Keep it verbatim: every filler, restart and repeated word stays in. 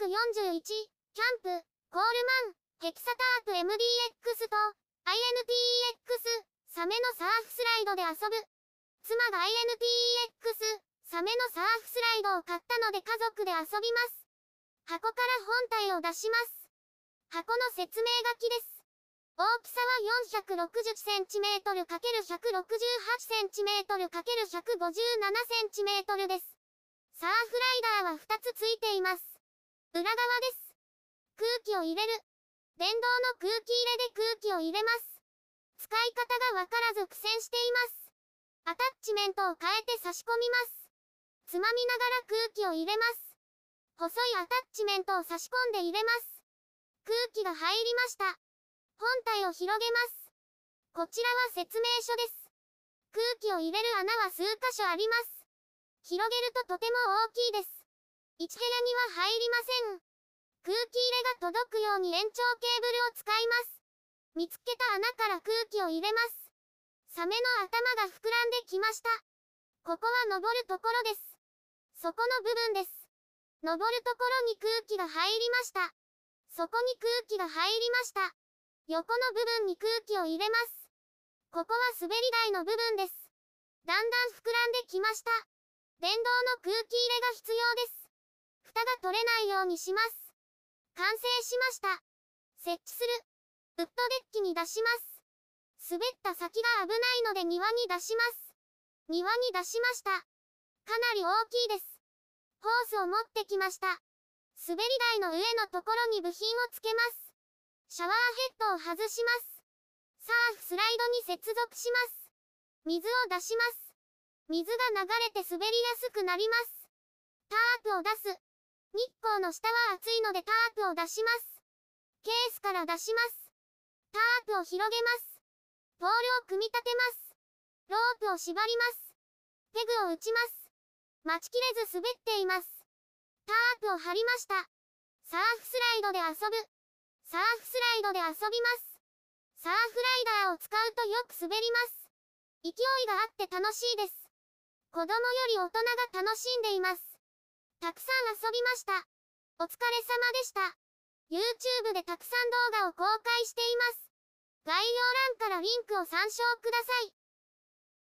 くよんじゅういち、キャンプ、コールマン、ヘキサタープ エムディーエックス と、アイエヌティーイーエックス、サメのサーフスライドで遊ぶ。妻が アイエヌティーイーエックス、サメのサーフスライドを買ったので家族で遊びます。箱から本体を出します。箱の説明書きです。大きさは よんひゃくろくじゅっセンチメートル×ひゃくろくじゅうはちセンチメートル×ひゃくごじゅうななセンチメートルです。サーフライダーはふたつついています。裏側です。空気を入れる。電動の空気入れで空気を入れます。使い方がわからず苦戦しています。アタッチメントを変えて差し込みます。つまみながら空気を入れます。細いアタッチメントを差し込んで入れます。空気が入りました。本体を広げます。こちらは説明書です。空気を入れる穴は数箇所あります。広げるととても大きいです。いち部屋には入りません。空気入れが届くように延長ケーブルを使います。見つけた穴から空気を入れます。サメの頭が膨らんできました。ここは登るところです。底の部分です。登るところに空気が入りました。そこに空気が入りました。横の部分に空気を入れます。ここは滑り台の部分です。だんだん膨らんできました。電動の空気入れが必要です。蓋が取れないようにします。完成しました。設置する。ウッドデッキに出します。滑った先が危ないので庭に出します。庭に出しました。かなり大きいです。ホースを持ってきました。滑り台の上のところに部品をつけます。シャワーヘッドを外します。サーフスライドに接続します。水を出します。水が流れて滑りやすくなります。タープを出す。日光の下は暑いのでタープを出します。ケースから出します。タープを広げます。ポールを組み立てます。ロープを縛ります。ペグを打ちます。待ちきれず滑っています。タープを張りました。サーフスライドで遊ぶ。サーフスライドで遊びます。サーフライダーを使うとよく滑ります。勢いがあって楽しいです。子供より大人が楽しんでいます。たくさん遊びました。お疲れ様でした。YouTube でたくさん動画を公開しています。概要欄からリンクを参照ください。